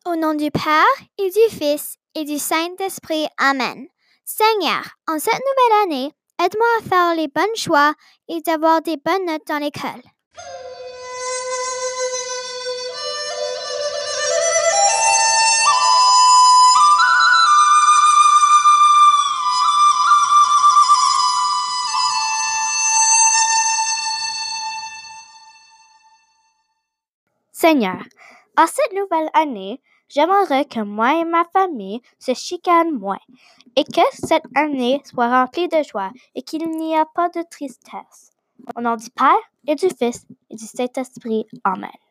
Au nom du Père et du Fils et du Saint-Esprit. Amen. Seigneur, en cette nouvelle année, aide-moi à faire les bons choix et d'avoir des bonnes notes dans l'école. Seigneur, en cette nouvelle année, j'aimerais que moi et ma famille se chicanent moins et que cette année soit remplie de joie et qu'il n'y ait pas de tristesse. Au nom du Père et du Fils et du Saint-Esprit. Amen.